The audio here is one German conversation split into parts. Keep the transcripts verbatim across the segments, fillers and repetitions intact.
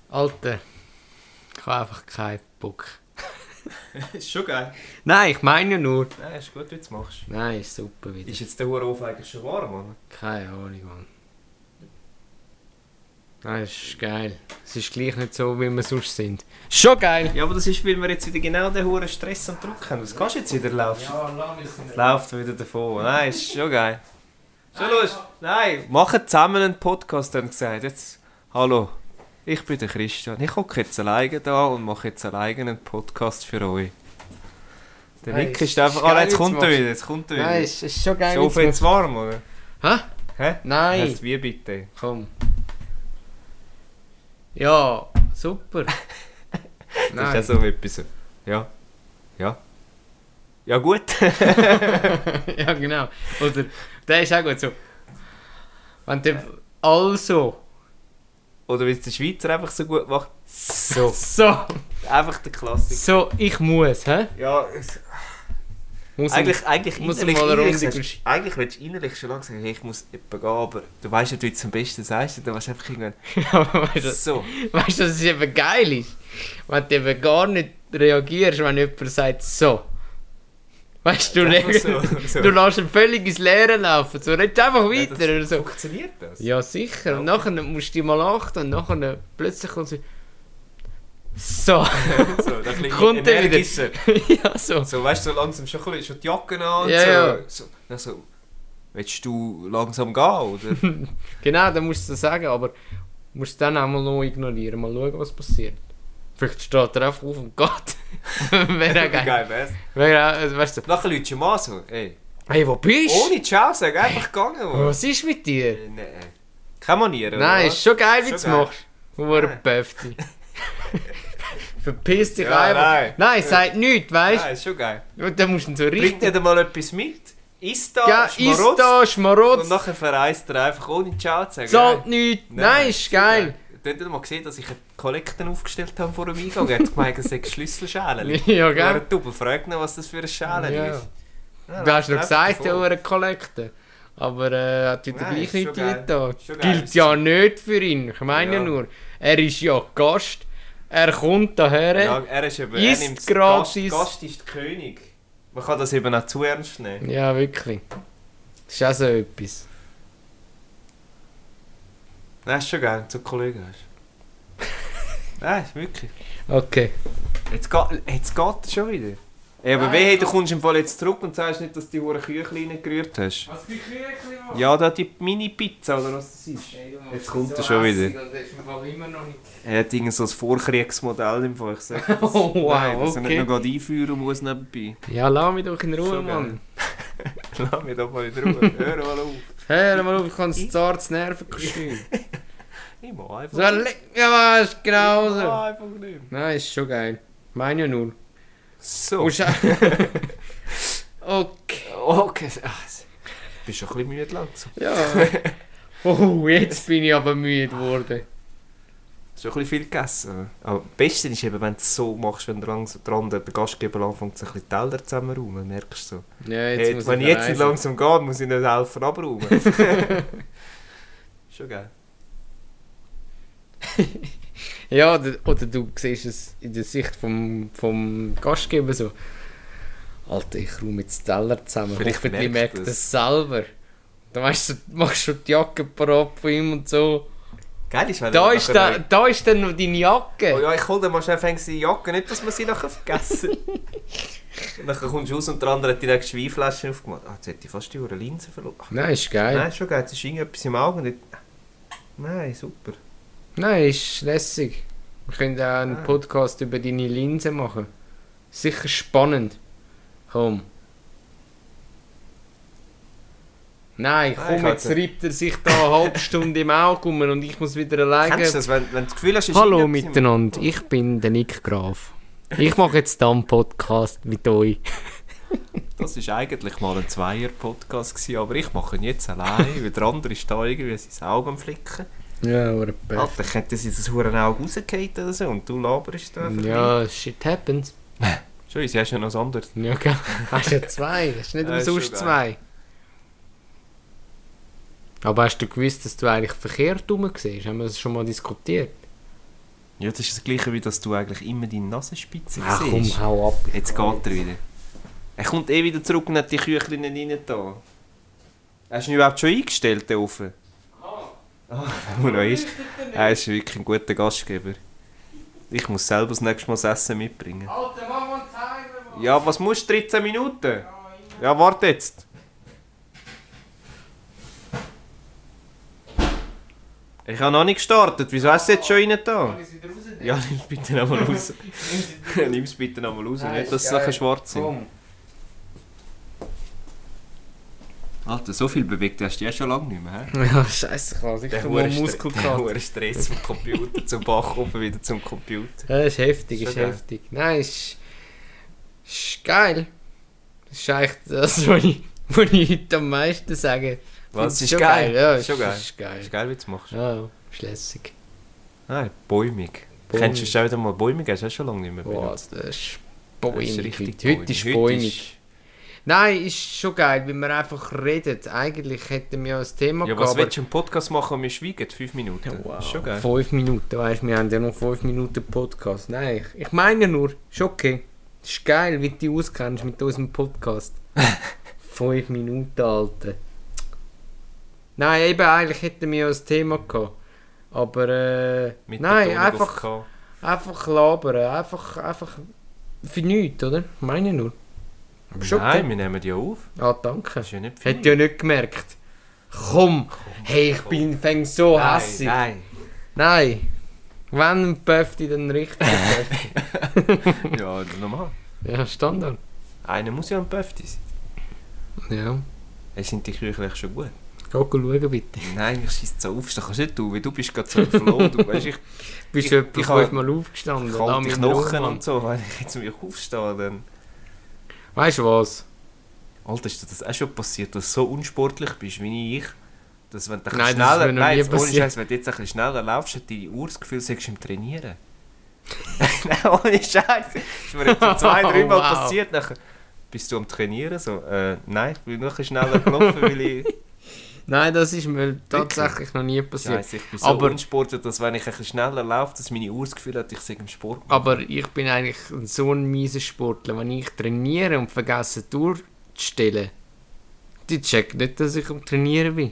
Alter, ich habe einfach keinen Bock. Ist schon geil. Nein, ich meine ja nur. Nein, ist gut, wie du es machst. Nein, ist super wieder. Ist jetzt der Hurenhof eigentlich schon warm, oder? Keine Ahnung, Mann. Nein, das ist geil. Es ist gleich nicht so, wie wir sonst sind. Schon geil! Ja, aber das ist, weil wir jetzt wieder genau den Huren Stress und Druck haben. Was kannst du jetzt wieder laufen? Ja, lass mich Es läuft wieder davon. Nein, ist schon geil. Schon los? Nein, machen zusammen einen Podcast, haben sie gesagt. Jetzt, hallo, ich bin der Christian. Ich hocke jetzt alleine da und mache jetzt alleine einen Podcast für euch. Der Nein, Nick es ist einfach... ist Ah, geil, jetzt kommt jetzt er machst- wieder, jetzt kommt er wieder. Nein, es ist schon geil. Ist Ofen wie jetzt warm, oder? Hä? Hä? Nein! Heißt wie bitte? Komm. Ja, super. Das ist ja so etwas. Ja. Ja. Ja gut. Ja, genau. Oder der ist auch gut so. Wenn der also. Oder wie es der Schweizer einfach so gut macht. So. So. Einfach der Klassiker. So, ich muss, hä? Ja, es, Muss eigentlich, eigentlich muss innerlich, mal eine innerlich, Runde sagst, eigentlich willst du innerlich schon lange sagen, hey, ich muss jemanden gehen, aber du weißt nicht, wie du es am besten sagst, dann weißt du einfach irgendwann, Ja, aber weißt du, so. weißt du, dass es eben geil ist? Wenn du eben gar nicht reagierst, wenn jemand sagt so. Weißt du, du, Einfach reg- so, so. du lässt ihn völlig ins Leere laufen. So, redest einfach Ja, weiter das, oder so. Funktioniert das? Ja, sicher. Und nachher musst du dich mal achten und nachher plötzlich kommt sie. So. So, da ein bisschen Kommt er wieder. energischer. Ja, so. So, weißt du, so langsam schon, ein bisschen, schon die Jacke an und Ja, so. ja. so. Dann so, willst du langsam gehen, oder? Genau, dann musst du das sagen, aber du musst es dann auch mal noch ignorieren. Mal schauen, was passiert. Vielleicht steht er einfach auf und geht. Wäre auch geil. Geil, weißt Wäre auch, also, weißt du. du? Nachher Leute mal so, ey, Hey, wo bist du? ohne Ciao sagen, einfach gegangen. Mann. Was ist mit dir? Äh, Nein. Keine Manier, oder? Nein, was? ist schon geil, wie du Schon es geil. machst. Hure Nein. Päfti. Verpiss dich Ja, einfach. nein. Nein, sag nichts, weißt Nein, ist schon geil. du? Und dann musst du ihn so Bringt richtig. nicht einmal etwas mit. Ist da, Ja, schmarotzt, ist da, Schmarotz. und nachher verreist er einfach ohne Ciao zu sagen. Zahlt nichts. Nein, Nein, ist geil. Dann habt ihr mal gesehen, dass ich eine Kollekte aufgestellt habe vor dem Eingang. Er hat gemeint, es sei Schlüsselschälen. Ja, Ja, gell? Double fragt ihn, was das für ein Schälen Ja. ist. Ja, Du hast noch läuft gesagt, einfach ja, davon. eine Kollekte. Aber äh, hat wieder Nein, gleich ist nicht schon geil. getan. Ist schon geil. Gilt ja nicht für ihn. Ich meine ja Ja. nur, er ist ja Gast. Er kommt daher. Ja, er ist eben, Ist er nimmt gratis. Gast, Gast ist der König. Man kann das eben auch zu ernst nehmen. Ja, wirklich. Das ist auch so etwas. Nein, ist schon geil, wenn du so Kollegen hast. Nein, ist wirklich. Okay. Jetzt geht, jetzt geht es schon wieder. Ey, aber Nein, wehe, ich du kommst im Fall jetzt zurück und sagst nicht, dass du die hure Küchlein nicht gerührt hast. Was für Küchli? Ja, da die Mini-Pizza oder was das ist. Jetzt kommt er schon wieder. Er hat irgend so ein Vorkriegsmodell im Fall. Ich sag das. Oh, wow, Nein, dass er okay. nicht noch gerade einführen muss nebenbei. Ja, lass mich doch in Ruhe, Schon Mann. Lass mich doch mal in Ruhe. Hör mal auf. Hör mal auf, ich kann das zartes Nervenkostüm. Ich mach einfach So, le- ja, ist genau Ich mach so. einfach nicht. Nein, ist schon geil. Meine ja nur. So. Musst auch- Okay. Okay. Ach, du bist schon ein bisschen müde langsam. Ja. Oh, jetzt bin ich aber müde geworden. Schon ein bisschen viel gegessen. Aber das Beste ist eben, wenn du es so machst, wenn du langsam dran der Gastgeber anfängt, ein bisschen Teller zusammenzuräumen, merkst du so. Ja, jetzt Hey, muss wenn ich ich jetzt nicht verreisen. langsam gehe, muss ich nicht helfen abräumen. Schon geil. Ja, oder, oder du siehst es in der Sicht vom, vom Gastgeber so. Alter, ich räume jetzt die Teller zusammen. Vielleicht Hoffentlich merkt merkt das. das selber. Dann weißt du, machst du die Jacke parat von ihm und so. Geil ist, wenn Da er ist, nachher- da, da ist dann noch deine Jacke. Oh ja, ich hole dir mal schnell fängst die Jacke, nicht, dass wir sie nachher vergessen. Und dann kommst du raus und der andere hat direkt Weinflaschen aufgemacht. Ah, jetzt hätte ich fast die Uhr Linse verloren. Ach, Nein, ist geil. nein, ist schon geil. Jetzt ist irgendetwas im Auge. und nicht- Nein, super. Nein, ist lässig. Wir können auch einen Ah. Podcast über deine Linse machen. Sicher spannend. Komm. Nein, Nein, komm, ich jetzt hatte- reibt er sich da eine halbe Stunde im Auge um und ich muss wieder alleine... Kennst du das, wenn, wenn du das Gefühl hast, es ist Hallo irgendetwas im- miteinander, ich bin der Nick Graf. Ich mache jetzt hier einen Podcast mit euch. Das war eigentlich mal ein Zweier-Podcast, gewesen, aber ich mache ihn jetzt allein, weil der andere ist da irgendwie sein Auge am Flicken. Ja, oder Alter, könnte sie das hure Auge rausgehen oder so und du laberst da einfach Ja, shit happens. rein. Schon, sie hast ja noch was anderes. Ja, gell. Hast ja zwei, hast nicht Ja, ist umsonst schon zwei. geil. Aber hast du gewusst, dass du eigentlich verkehrt rum siehst? Haben wir das schon mal diskutiert? Ja, das ist das Gleiche, wie dass du eigentlich immer deine Nasenspitze Ach komm, siehst. hau ab. Jetzt geht er wieder. Er kommt eh wieder zurück und hat die Küchlein rein da. Hast du ihn überhaupt schon eingestellt, den Ofen? Ah, wo noch ist. Er ist wirklich ein guter Gastgeber. Ich muss selber das nächste Mal das Essen mitbringen. Alter, mach mal einen Timer, Mann. Ja, was musst du? dreizehn Minuten? Ja, warte jetzt. Ich habe noch nicht gestartet. Wieso hast du jetzt schon rein da? Kann ich es wieder rausnehmen? Ja, nimm es bitte nochmal raus. Nimm es bitte nochmal raus. Nein, Nicht, dass ist es nachher geil. schwarz sind. Komm. Alter, so viel bewegt hast du ja schon lange nicht mehr. He? Ja, scheiße, ich habe sicher mal Muskelkater. Der Stress vom Computer zum Backofen wieder zum Computer. Ja, ist heftig, Schon ist geil. heftig. Nein, ist, ist geil. Das ist eigentlich das, was ich, was ich heute am meisten sage. Was? Find's Ist schon geil? Ja, Ist schon geil. Ist geil. Ist geil, wie du es machst. Ja, ist lässig. Nein, bäumig. Bäumig. Kennst du schon wieder mal bäumig? Hast du auch schon lange nicht mehr Boah, benutzt. das ist Das ist bäumig. richtig Heute, heute ist bäumig. ist- Nein, ist schon geil, wenn wir einfach reden. Eigentlich hätten wir ja ein Thema Ja, was willst du im Podcast machen und wir schweigen? Fünf Minuten. Ja, wow. Ist schon geil. Fünf Minuten, weißt du, wir haben ja noch fünf Minuten Podcast. Nein, ich, ich meine nur, ist okay. Es ist geil, wie du dich auskennst mit unserem Podcast. Fünf Minuten, Alter. Nein, eben eigentlich hätten wir ja ein Thema gehabt. Aber äh, Mit der nein, Betonung auf einfach, K. einfach labern. Einfach, einfach für nichts, oder? Ich meine nur. Aber schon Nein, okay. wir nehmen die auf. Ah, danke. Das ist ja nicht viel. Hätte ja nicht gemerkt. Komm, hey, ich bin fäng so Nein, hässig. nein. Nein. Wenn ein Pöfti, dann richtig Pöfti. Ja, normal. Ja, Standard. Einer muss ja ein Pöfti sein. Ja. Hey, sind die Küchle schon gut? Geh schauen bitte. Nein, ich schieße so auf. Das kannst nicht du, weil du bist gerade so floh. Du weißt, ich Bist Ich- du etwa ich habe fünfmal aufgestanden? kalte Knochen und so. Wenn ich jetzt mich aufstehe, dann... Weißt du was? Alter, ist dir das auch schon passiert, dass du so unsportlich bist wie ich? Dass wenn du ein Nein, bisschen das ist schneller... mir noch Nein, nie jetzt ohne passiert. Scheiß, wenn du jetzt ein bisschen schneller laufst, hat deine Uhr das Gefühl, du sagst im Trainieren. Nein, ohne Scheiß. Das ist mir jetzt schon zwei, drei Mal Wow. passiert. Nachher bist du am Trainieren? So, äh, nein, ich bin noch ein bisschen schneller gelaufen, weil ich... Nein, das ist mir tatsächlich noch nie passiert. Scheiße, ich bin so Aber- unsportlich, dass wenn ich ein bisschen schneller laufe, dass meine Uhr das Gefühl hat, ich sei im Sport. Aber ich bin eigentlich so ein mieser Sportler. Wenn ich trainiere und vergesse die Uhr zu stellen, die checkt nicht, dass ich am Trainieren bin.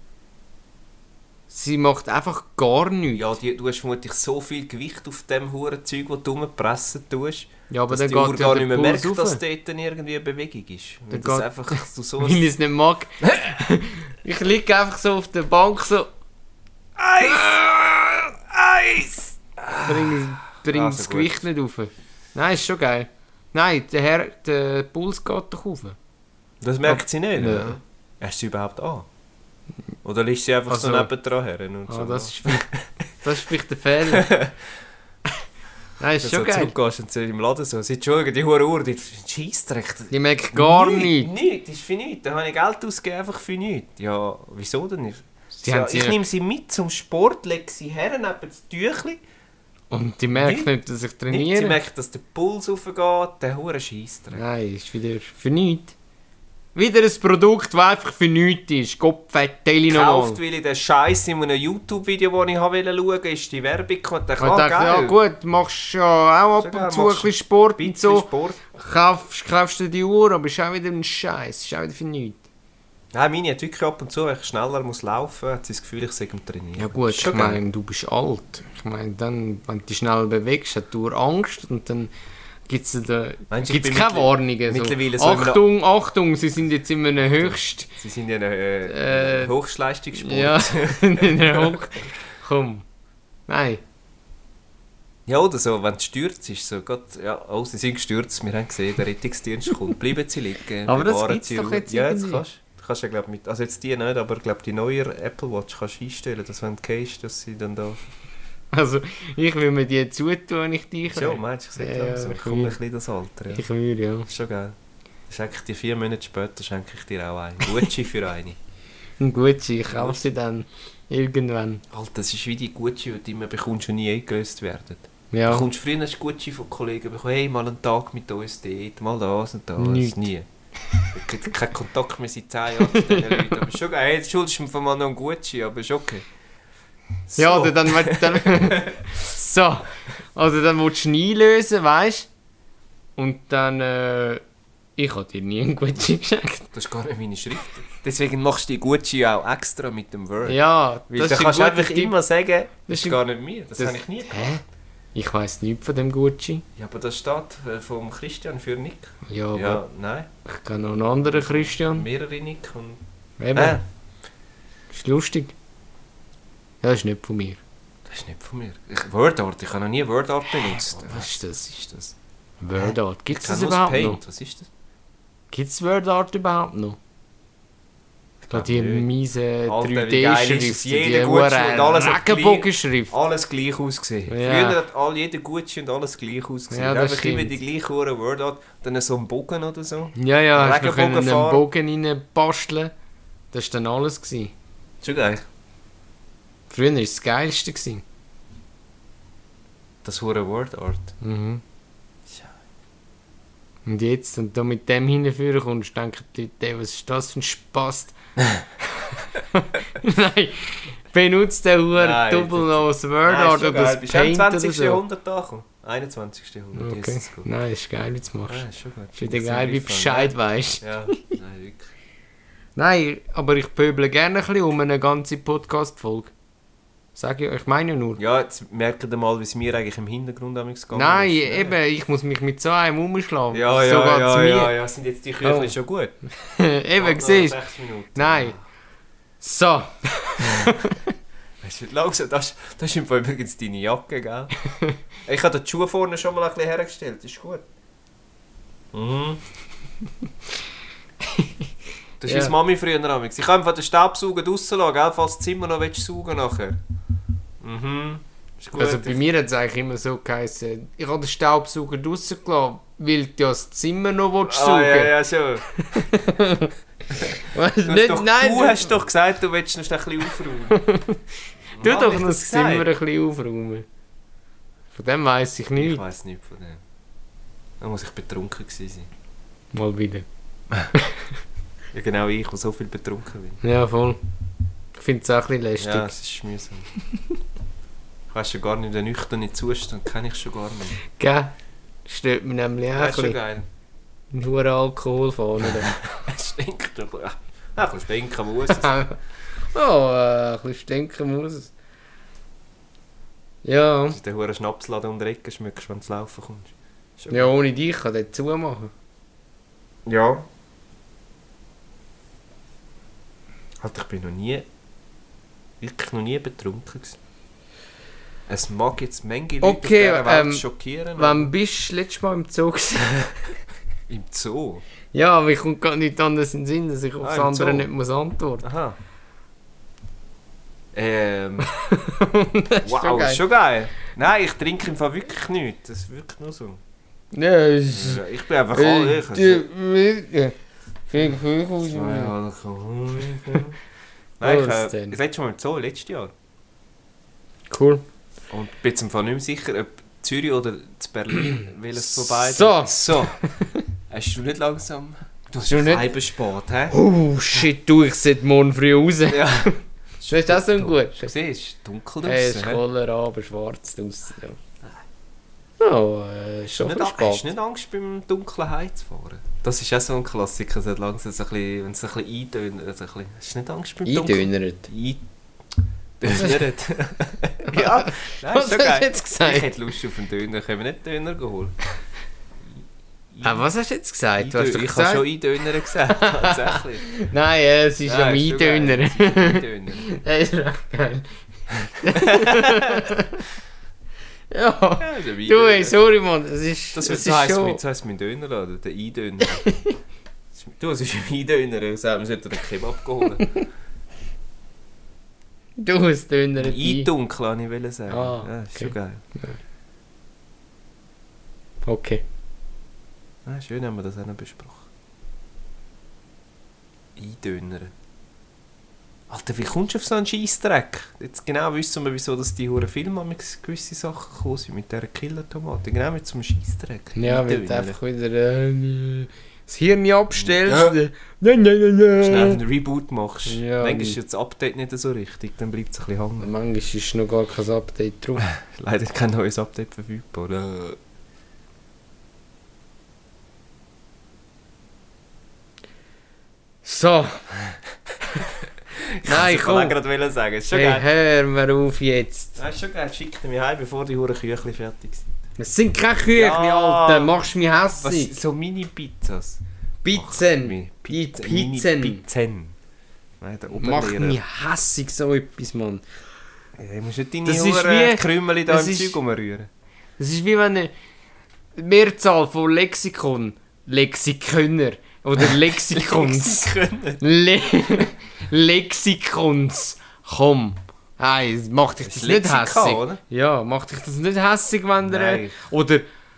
Sie macht einfach gar nichts. Ja, die, du hast vermutlich so viel Gewicht auf dem Hurenzeug, das du rumpressen tust, Ja, aber dass dann die geht Uhr ja gar der nicht mehr Puls merkt, dass rauf. dort dann irgendwie eine Bewegung ist. Weil Dann das geht- einfach dass du so... Weil ich es nicht mag. Ich liege einfach so auf der Bank so, Eis! Eis! bring, bring Also das gut. Gewicht nicht rauf. Nein, ist schon geil. Nein, der, Herr, der Puls geht doch rauf. Das merkt sie nicht, Nein. oder? Hast du sie überhaupt an? Oder liegt sie einfach so Also- nebendran her? Und Ah, so das, ist vielleicht, das ist vielleicht der Fehler. Nein, ist Wenn schon du so geil. zurückgehst und so im Laden so, sie Entschuldigung, die hure Uhr, die Scheissdreck. Die merkt gar nichts. nichts. Nichts, das ist für nichts. Da habe ich Geld ausgegeben, einfach für nichts. Ja, wieso denn nicht? Sie Ja, haben sie- ich nehme sie mit zum Sport, lege sie her, neben das Tüchli. Und die merkt Nicht. nicht, dass ich Nicht, sie trainiere. merkt, dass der Puls raufgeht, der hure Scheissdreck. Nein, ist wieder für nichts. Wieder ein Produkt, das einfach für nichts ist. Kopffett, Telenol. Gekauft, weil ich den Scheiß in einem YouTube-Video, das ich wollte schauen, ist die Werbung gekommen. Ich Ich dachte, ja gut, machst ja auch Schon ab geil, und zu ein machst bisschen Sport ein und bisschen so. Sport. Kaufst, kaufst du die Uhr, aber ist auch wieder ein Scheiß. Ist auch wieder für nichts. Nein, meine hat wirklich ab und zu, wenn ich schneller muss laufen muss, hat sie das Gefühl, ich sei am Trainieren. Ja gut, Ist ich schon geil. meine, du bist alt. Ich meine, dann, wenn du dich schnell bewegst, hat die Uhr Angst und dann gibt es da, Meinst du, ich gibt's bin keine mittler- Warnungen. mittlerweile So. so in einer- Achtung, Achtung, sie sind jetzt in einem höchst... Sie sind ja ein äh, Äh, Hochleistungssport. Ja, in einem Hoch... Komm. Nein. Ja, oder so, wenn du stürzt, ist so, Gott, ja, oh, sie sind gestürzt, wir haben gesehen, der Rettungsdienst kommt, bleiben sie liegen. Aber das bewahren gibt's sie doch Ruhe. jetzt Ja, jetzt irgendwie. kannst du. Kannst ja, glaub, mit, also jetzt die nicht, aber ich glaube, die neue Apple Watch kannst du einstellen, dass wenn du gehst, dass sie dann da... Also, ich will mir die zutun, wenn ich dich Ja, meinst du, ich sehe Ja, langsam, ja, ich komme ein bisschen in das Alter. Ja. Ich würde, ja. Ist schon geil. Schenke ich dir vier Monate später, schenke ich dir auch eine. Gucci für eine. Ein Gucci, ich kaufe sie dann. Irgendwann. Alter, das ist wie die Gucci, die du immer bekommst und nie eingelöst werden. Ja. Du bekommst früher hast du Gucci von Kollegen bekommen, hey, mal einen Tag mit uns dort, mal das und das. Nichts. Nie. Ich habe keinen Kontakt mehr seit zehn Jahren zu diesen Leuten. Aber ist schon geil. Hey, jetzt schuldest du mir von mal noch einen Gucci, aber ist okay. So. Ja, oder dann... dann So, also dann willst du ihn einlösen, weißt du? Und dann, äh, ich habe dir nie einen Gutschein geschenkt. Das ist gar nicht meine Schrift. Deswegen machst du die Gutschein auch extra mit dem Word. Ja, Weil das dann ist kannst du ein einfach guter Tipp. immer sagen, das, Das ist ist gar nicht mir. Das, das- habe ich nie gemacht. Hä? Ich weiss nichts von dem Gutschein. Ja, aber das steht äh, vom Christian für Nick. Ja, aber Ja, nein. ich kenne noch einen anderen Christian. Mehrere Nick und... Eben, Äh, ist lustig. Ja, das ist nicht von mir. das ist nicht von mir. Ich, WordArt, ich habe noch nie WordArt benutzt. Was ist das? Was ist das? WordArt. Gibt es Ich das kenne nur das überhaupt Paint. noch? Was ist das? Gibt es WordArt überhaupt noch? Ich glaube, die glaub nicht. miese Alter, wie drei geil ist D-Schrift, das? die Jeder Gutschein und alles hat Regenbogenschrift. Alles gleich ausgesehen. Ja. Früher hat all, jeder Gutschein und alles gleich ausgesehen. Ja, das Einfach immer stimmt. die gleiche Hure WordArt. Dann so ein Bogen oder so. Ja, ja, hast du noch können einen Regenbogenfarbe. Bogen rein basteln. Das war dann alles. Gewesen. Schon geil. Früher war es das Geilste. Gewesen. Das hure WordArt. Mhm. Ja. Und jetzt, und da mit dem hinführen kommst, denken die Leute, ey, was ist das für ein Spaß? Nein, benutzt den Huren Nein, Double noch das Nein, WordArt ist schon oder das geil. Bist du im Paint oder zwanzigsten so. Jahrhundert angekommen? einundzwanzigsten Jahrhundert. Okay. Jesus Gott. Nein, ist geil, wie du es machst. Ah, ist schon gut. Ist wieder geil, wie du Bescheid weißt. Ja, nein, wirklich. Nein, aber ich pöble gerne ein bisschen um eine ganze Podcast-Folge. Sag ich, ich meine nur. Ja, jetzt merkt ihr mal, wie es mir eigentlich im Hintergrund am gegangen Nein, ist. eben, ich muss mich mit so einem umschlagen. Ja, so ja, geht's ja, mir. ja, ja, sind jetzt die Küchli Oh. schon gut? Eben, Warte noch siehst du? sechs Minuten. Nein. So. Weißt du, langsam, das, das ist im Fall übrigens deine Jacke, gell? Ich habe die Schuhe vorne schon mal ein bisschen hergestellt, ist gut. Mhm. Das ist Ja. wie Mami früher damals. Ich kann einfach den Staubsauger draussen lassen, gell? Falls das Zimmer noch willst, saugen nachher. Mhm. Ist gut. Also bei mir hat es eigentlich immer so geheißen, ich habe den Staubsauger draussen gelassen, weil du ja das Zimmer noch willst ah, saugen. ja, ja, schon. Weißt, Du, hast nicht, doch, nein, du hast doch gesagt, du willst noch ein bisschen aufräumen. du Wann doch hab ich noch das gesagt? Zimmer ein bisschen aufräumen. Von dem weiss ich Ich nicht. weiss nicht von dem. Da muss ich betrunken gewesen sein. Mal wieder. Ja, genau ich, der so viel betrunken bin. Ja, voll. Ich finde es auch ein bisschen lästig. Ja, es ist mühsam. Ich weiss schon gar nicht, den nüchternen Zustand kenne ich schon gar nicht. Gell? Stört mich nämlich auch Ja, ein ist schon bisschen. geil. Ein hoher Alkohol vorne. Es stinkt doch. Ja, ein bisschen stinken muss es. Oh, äh, ein bisschen stinken muss es. Ja. Dass du den hohen Schnapsladen um die Ecke schmückst, wenn du zu laufen kommst. Ist schon Ja, ohne dich kann der zumachen. Ja. Halt, ich bin noch nie, wirklich noch nie betrunken gewesen. Es mag jetzt manche Leute Okay, auf dieser Welt ähm, schockieren. Wann bist du letztes Mal im Zoo gewesen? Im Zoo? Ja, aber ich komme gar nicht anders in den Sinn, dass ich auf Ah, das im andere Zoo. nicht muss antworten. Aha. Ähm, Das ist wow, schon geil. ist schon geil. Nein, ich trinke im Fall wirklich nichts. Das ist wirklich nur so. Ja, es ist... Ja, ich bin einfach all ich. Also, Viel, viel, zwei viel. Alkoholiker. Nein, ich, Was äh, denn? das letzte Mal im Zoo, letztes Jahr. Cool. Und bin zum Fall nicht mehr sicher, ob Zürich oder zu Berlin, welches von beiden. So. So. Hast du nicht langsam... Du hast Du schon nicht- halben Sport, hä? Oh shit, du, ich sollte morgen früh raus. Ja. Ist das so gut? Du siehst, es ist dunkel Hey, es draussen, ist hä? voller aber schwarz draussen. Ja. Oh, äh, ist schon Nicht, ein hast du bisschen spät. nicht Angst beim dunklen Heim zu fahren? Das ist auch so ein Klassiker, so langsam so ein bisschen, wenn es ein bisschen eindönt. Also ein bisschen, hast du nicht Angst beim dunklen Eindönert. Eindönert? Ja, nein, Was ist schon hast du geil. jetzt gesagt? Ich hätte Lust auf einen Döner, können wir nicht Döner geholt? Ah, was hast du jetzt gesagt? Du hast doch ich habe gesagt... schon Eindöner gesagt, tatsächlich. Nein, äh, es ist ja Nein, mein schon geil. Döner. Es ist mein Döner. Das ist recht geil. ja. Ja, das ist ein Du, ey, Eindöner. sorry, Mann. Das ist, Das, das das ist heisst, schon... mein- so heisst mein Dönerladen, der Eindöner. Du, es ist ein Eindöner, wir sollten einen Kebab holen. Du hast Döner. Eindunkel, wollte ich sagen. Ah, Ja, ist okay. schon geil. Okay. Ah, schön haben wir das auch noch besprochen. Eindönern. Alter, wie kommst du auf so einen Scheissdreck? Jetzt genau wissen wir, wieso dass die huren Filme an gewisse Sachen gekommen sind mit dieser Killer-Tomate. Genau mit so einem Scheissdreck. Ja, weil du Eindönern. einfach wieder... Äh, das Hirn abstellst. Ja. Nein, nein, nein, nein. Schnell einen Reboot machst. Ja. Manchmal ist das Update nicht so richtig, dann bleibt es ein bisschen hängen. Manchmal ist noch gar kein Update drauf. Leider kein neues Update verfügbar. Oder? So. Nein, ich komm. wollte gerade sagen, ist schon Hey, geil. hör mir auf jetzt. Das ist schon geil, schick mich heim, bevor die Huren Küchli fertig sind. Es sind keine Küchli, Ja. Alter. Machst mich Was, hässig. so Mini-Pizzas? Pizzen. Pizzen. Pizzen. Pizzen. Nein, der Mach Oberlehrer. mich hässig, so etwas, Mann. Ja, du musst nicht deine Das ist Huren wie- Krümeli da das im ist- Zeug rumrühren. Das ist wie wenn eine Mehrzahl von Lexikon, Lexikönner oder Lexikons, Le Lexikons, komm. Nein, macht dich Das das, ist nicht Lexika, hässig? oder? Ja, macht dich das nicht hässig, wenn der... Nein. Oder...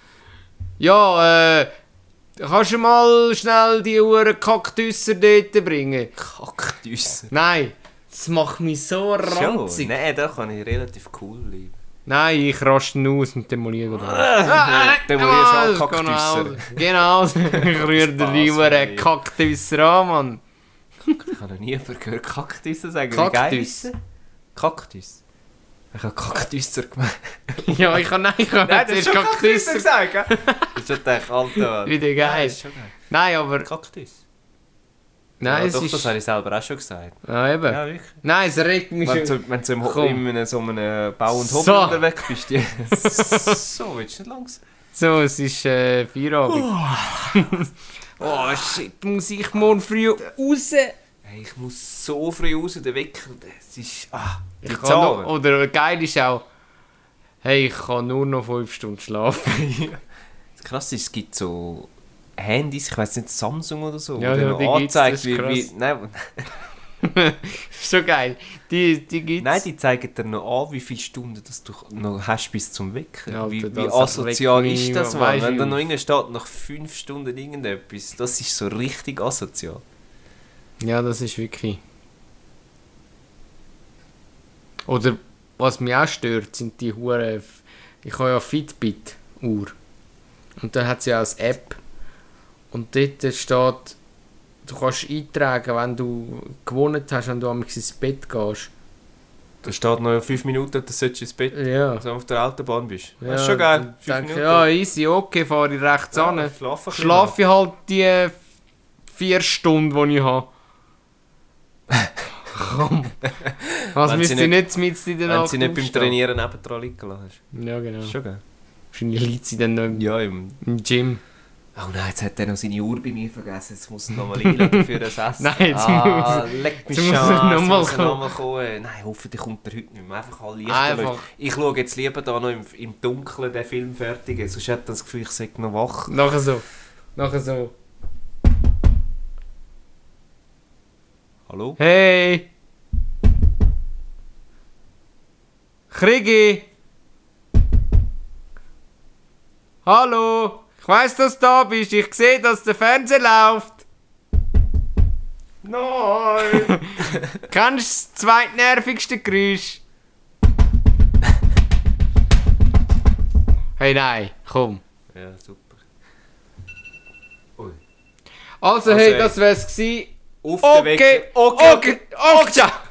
Ja, äh... Kannst du mal schnell die Uhren Kaktüsser dort bringen? Kaktus. Nein, das macht mich so ranzig. Nein, da kann ich relativ cool bleiben. Nein, ich raste ihn aus und demoliere ihn. Ah, demolierst du alle Kaktusser. Kaktusser. Genau, ich rühre dir die Spaß, Uhren ey. Kaktusser an, Mann. Ich habe noch nie jemanden gehört, Kaktusse sagen. Wie geil Kaktus. ist es? Kaktus. Ich habe Kaktusser gemeint. Ja, ich kann nein, ich kann Nein, das ist zuerst schon Kaktusser Kaktusser. gesagt, gell? Das ist schon gedacht, Alter. Wieder Ja, geil. das ist schon geil. Nein, aber... Kaktus. Nein, Ja, es doch, ist... das habe ich selber auch schon gesagt. Ah, eben. Ja, wirklich. Nein, es regt mich Wenn schon... du, wenn du im Ho- Komm. in einem, so einem Bau- und Hobby So. unterwegs bist, die, so willst du nicht langsam. So, es ist äh, Feierabend. Oh shit, muss ich morgen früh raus? Hey, ich muss so früh raus, der Wecker, das ist... Ah, die Ich kann noch, Zahlen. oder geil ist auch... Hey, ich kann nur noch fünf Stunden schlafen. Das Krasse ist, es gibt so Handys, ich weiß nicht, Samsung oder so, Ja, wo ja, dir noch die gibt's, anzeigt, das ist wie, krass. wie... Nein, Schon geil. Die, die gibt's. nein, die zeigen dir noch an, wie viele Stunden das du noch hast bis zum Wecken. Ja, wie Alter, wie das asozial regt ist mich- das, Mann? weisst Wenn du- da noch innen steht, nach fünf Stunden irgendetwas, das ist so richtig asozial. Ja, das ist wirklich... Oder was mich auch stört, sind die Hure. Ich habe ja Fitbit-Uhr. Und da hat sie ja als App. Und dort steht, du kannst eintragen, wenn du gewonnen hast, wenn du einmal ins Bett gehst. Da steht noch fünf Minuten, dann solltest du ins Bett, Ja. also auf der Autobahn bist. Ja, Das ist schon geil. dann Fünf denke ich, Minuten. ja, easy, okay, fahre ich rechts Ja, an. schlafen ein bisschen Schlafe ich halt die vier Stunden, die ich habe. Komm. Was Wenn sie müsste ich nicht mit in der Wenn Nacht sie nicht beim aufstehen? Trainieren nebendran liegen lassen hast. Ja, genau. Das ist schon geil. Wahrscheinlich liegt sie dann noch im, Ja, im... im Gym. Oh nein, jetzt hat er noch seine Uhr bei mir vergessen. Jetzt muss er nochmal einladen für das Essen. Nein, jetzt ah, muss- leck mich jetzt schon. muss er Jetzt noch mal muss er kommen. noch mal kommen. Nein, hoffentlich kommt er heute nicht mehr. Einfach alle Lichter Einfach. löschen. Ich schaue jetzt lieber da noch im, im Dunkeln den Film fertig. Sonst hat er das Gefühl, ich sei noch wach. Nachher so. Nachher so. Hallo? Hey! Krigi! Hallo! Ich weiss, dass du da bist. Ich sehe, dass der Fernseher läuft. Nein! Kennst du das zweitnervigste Geräusch? Hey, nein, komm. Ja, super. Ui. Also, Also, hey, ey. das wär's gewesen. Auf den Okay, Wecker. okay, okay, okay.